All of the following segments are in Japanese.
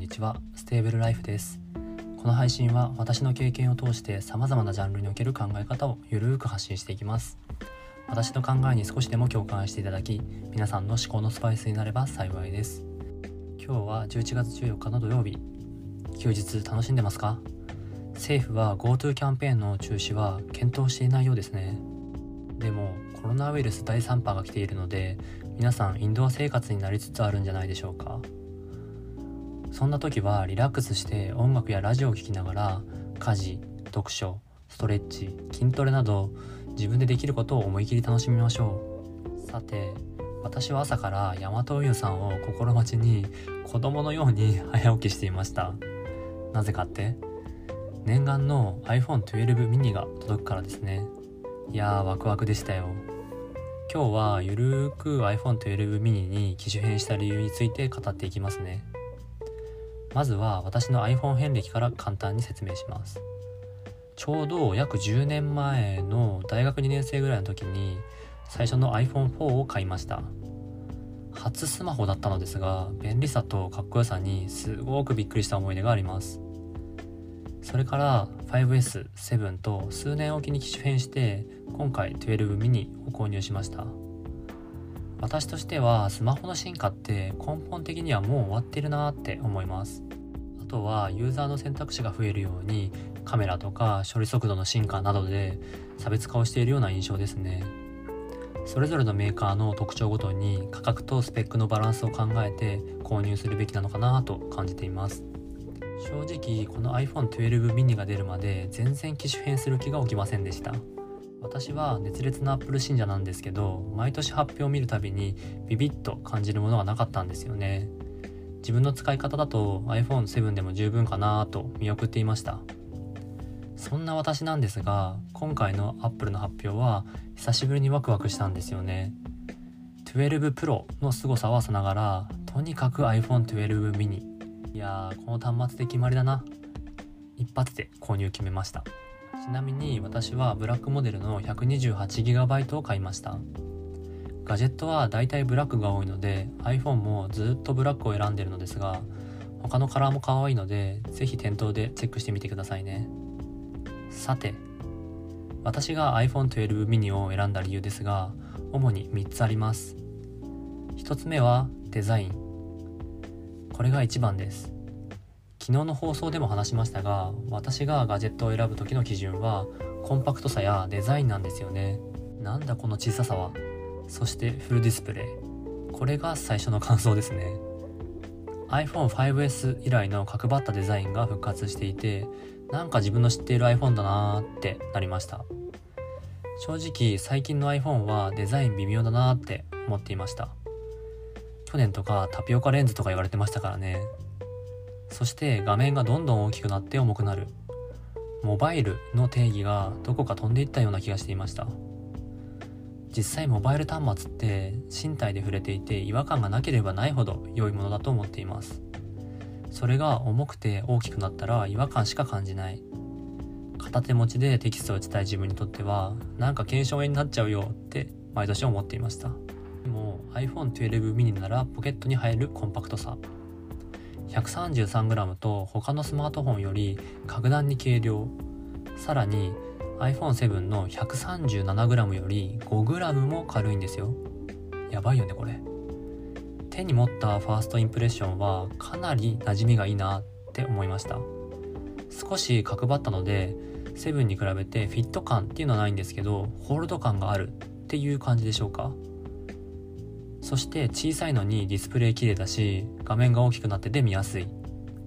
にちは、ステーブルライフです。この配信は私の経験を通して様々なジャンルにおける考え方をゆるーく発信していきます。私の考えに少しでも共感していただき、皆さんの思考のスパイスになれば幸いです。今日は11月14日の土曜日。休日楽しんでますか？政府は GoTo キャンペーンの中止は検討していないようですね。でもコロナウイルス第3波が来ているので、皆さんインドア生活になりつつあるんじゃないでしょうか。そんな時はリラックスして音楽やラジオを聴きながら家事、読書、ストレッチ、筋トレなど自分でできることを思い切り楽しみましょう。さて、私は朝からヤマト運輸さんを心待ちに子供のように早起きしていました。なぜかって念願の iPhone 12 mini が届くからですね。いやーワクワクでしたよ。今日はゆるーく iPhone 12 mini に機種変した理由について語っていきますね。まずは私の iPhone 遍歴から簡単に説明します。ちょうど約10年前の大学2年生ぐらいの時に最初の iPhone 4を買いました。初スマホだったのですが、便利さとかっこよさにすごくびっくりした思い出があります。それから 5S、7と数年おきに機種変して、今回12 mini を購入しました。私としてはスマホの進化って根本的にはもう終わっているなって思います。あとはユーザーの選択肢が増えるようにカメラとか処理速度の進化などで差別化をしているような印象ですね。それぞれのメーカーの特徴ごとに価格とスペックのバランスを考えて購入するべきなのかなと感じています。正直この iPhone 12 mini が出るまで全然機種変する気が起きませんでした。私は熱烈な Apple 信者なんですけど、毎年発表を見るたびにビビッと感じるものがなかったんですよね。自分の使い方だと iPhone 7でも十分かなと見送っていました。そんな私なんですが、今回の Apple の発表は久しぶりにワクワクしたんですよね。12 Pro の凄さはさながら、とにかく iPhone 12 mini、いやーこの端末で決まりだな。一発で購入決めました。ちなみに私はブラックモデルの 128GB を買いました。ガジェットはだいたいブラックが多いので iPhone もずっとブラックを選んでるのですが、他のカラーも可愛いのでぜひ店頭でチェックしてみてくださいね。さて、私が iPhone 12 mini を選んだ理由ですが、主に3つあります。1つ目はデザイン。これが一番です。昨日の放送でも話しましたが、私がガジェットを選ぶ時の基準はコンパクトさやデザインなんですよね。なんだこの小ささは。そしてフルディスプレイ。これが最初の感想ですね。 iPhone 5S 以来の角張ったデザインが復活していて、なんか自分の知っている iPhone だなーってなりました。正直最近の iPhone はデザイン微妙だなーって思っていました。去年とかタピオカレンズとか言われてましたからね。そして画面がどんどん大きくなって重くなる。モバイルの定義がどこか飛んでいったような気がしていました。実際モバイル端末って身体で触れていて違和感がなければないほど良いものだと思っています。それが重くて大きくなったら違和感しか感じない。片手持ちでテキストを打ちたい自分にとってはなんか腱鞘炎になっちゃうよって毎年思っていました。でも iPhone 12 mini ならポケットに入るコンパクトさ、133g と他のスマートフォンより格段に軽量、さらに iPhone 7の 137g より 5g も軽いんですよ。やばいよねこれ。手に持ったファーストインプレッションはかなり馴染みがいいなって思いました。少し角張ったので7に比べてフィット感っていうのはないんですけど、ホールド感があるっていう感じでしょうか。そして小さいのにディスプレイ綺麗だし、画面が大きくなってて見やすい。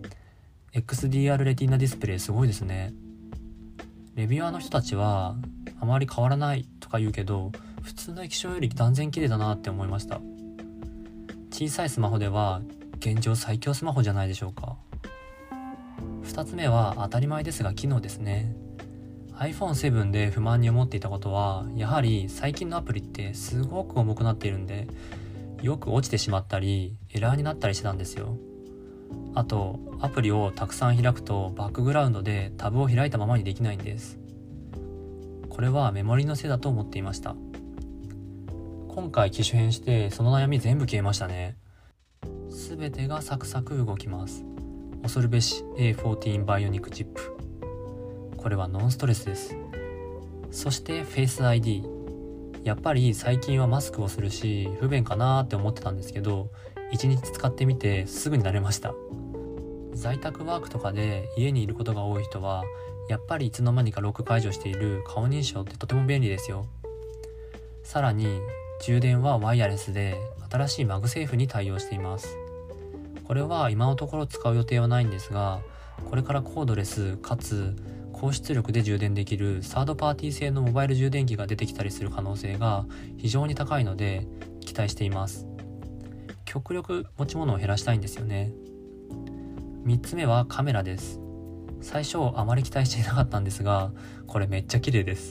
XDR レティナディスプレイすごいですね。レビュアーの人たちはあまり変わらないとか言うけど、普通の液晶より断然綺麗だなって思いました。小さいスマホでは現状最強スマホじゃないでしょうか。2つ目は当たり前ですが機能ですね。 iPhone 7で不満に思っていたことは、やはり最近のアプリってすごく重くなっているんで、よく落ちてしまったりエラーになったりしてたんですよ。あとアプリをたくさん開くとバックグラウンドでタブを開いたままにできないんです。これはメモリのせいだと思っていました。今回機種変してその悩み全部消えましたね。全てがサクサク動きます。 恐るべし A14 バイオニックチップ。これはノンストレスです。そしてフェイス ID。やっぱり最近はマスクをするし不便かなって思ってたんですけど、1日使ってみてすぐに慣れました。在宅ワークとかで家にいることが多い人はやっぱりいつの間にかロック解除している顔認証ってとても便利ですよ。さらに充電はワイヤレスで新しいマグセーフに対応しています。これは今のところ使う予定はないんですが、これからコードレスかつ高出力で充電できるサードパーティー製のモバイル充電器が出てきたりする可能性が非常に高いので期待しています。極力持ち物を減らしたいんですよね。3つ目はカメラです。最初あまり期待していなかったんですが、これめっちゃ綺麗です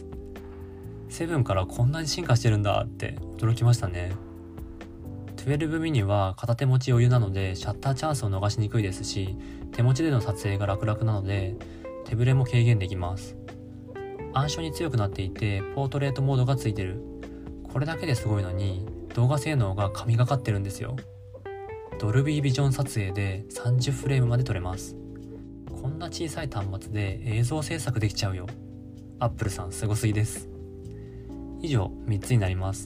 。7からこんなに進化してるんだって驚きましたね。12ミニは片手持ち余裕なのでシャッターチャンスを逃しにくいですし、手持ちでの撮影が楽々なので手ぶれも軽減できます。暗所に強くなっていてポートレートモードがついてる。これだけですごいのに動画性能が神がかってるんですよ。ドルビービジョン撮影で30フレームまで撮れます。こんな小さい端末で映像制作できちゃうよ。アップルさんすごすぎです。以上3つになります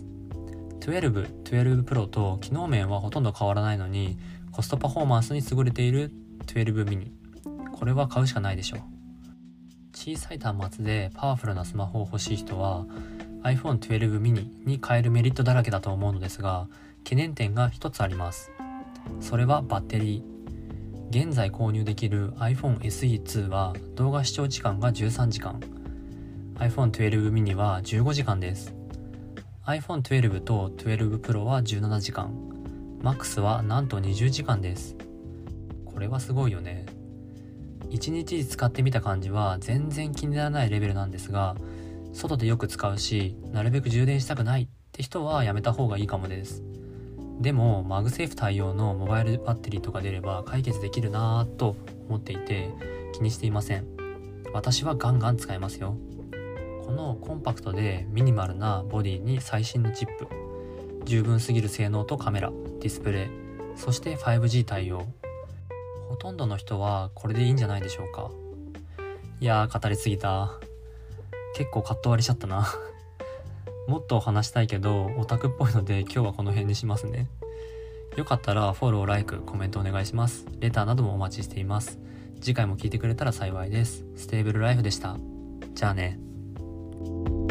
。12、12 Pro と機能面はほとんど変わらないのにコストパフォーマンスに優れている12 mini。これは買うしかないでしょう。小さい端末でパワフルなスマホを欲しい人は iPhone 12 mini に変えるメリットだらけだと思うのですが、懸念点が一つあります。それはバッテリー。現在購入できる iPhone SE2 は動画視聴時間が13時間、iPhone 12 mini は15時間です。iPhone 12と12 Pro は17時間、MAX はなんと20時間です。これはすごいよね。1日使ってみた感じは全然気にならないレベルなんですが、外でよく使うしなるべく充電したくないって人はやめた方がいいかもです。でもマグセーフ対応のモバイルバッテリーとか出れば解決できるなぁと思っていて気にしていません。私はガンガン使えますよ。このコンパクトでミニマルなボディに最新のチップ、十分すぎる性能とカメラ、ディスプレイ、そして 5G 対応。ほとんどの人はこれでいいんじゃないでしょうか。いやー語りすぎた。結構カット割りしちゃったなもっと話したいけどオタクっぽいので今日はこの辺にしますね。よかったらフォロー、ライク、コメントお願いします。レターなどもお待ちしています。次回も聞いてくれたら幸いです。ステーブルライフでした。じゃあね。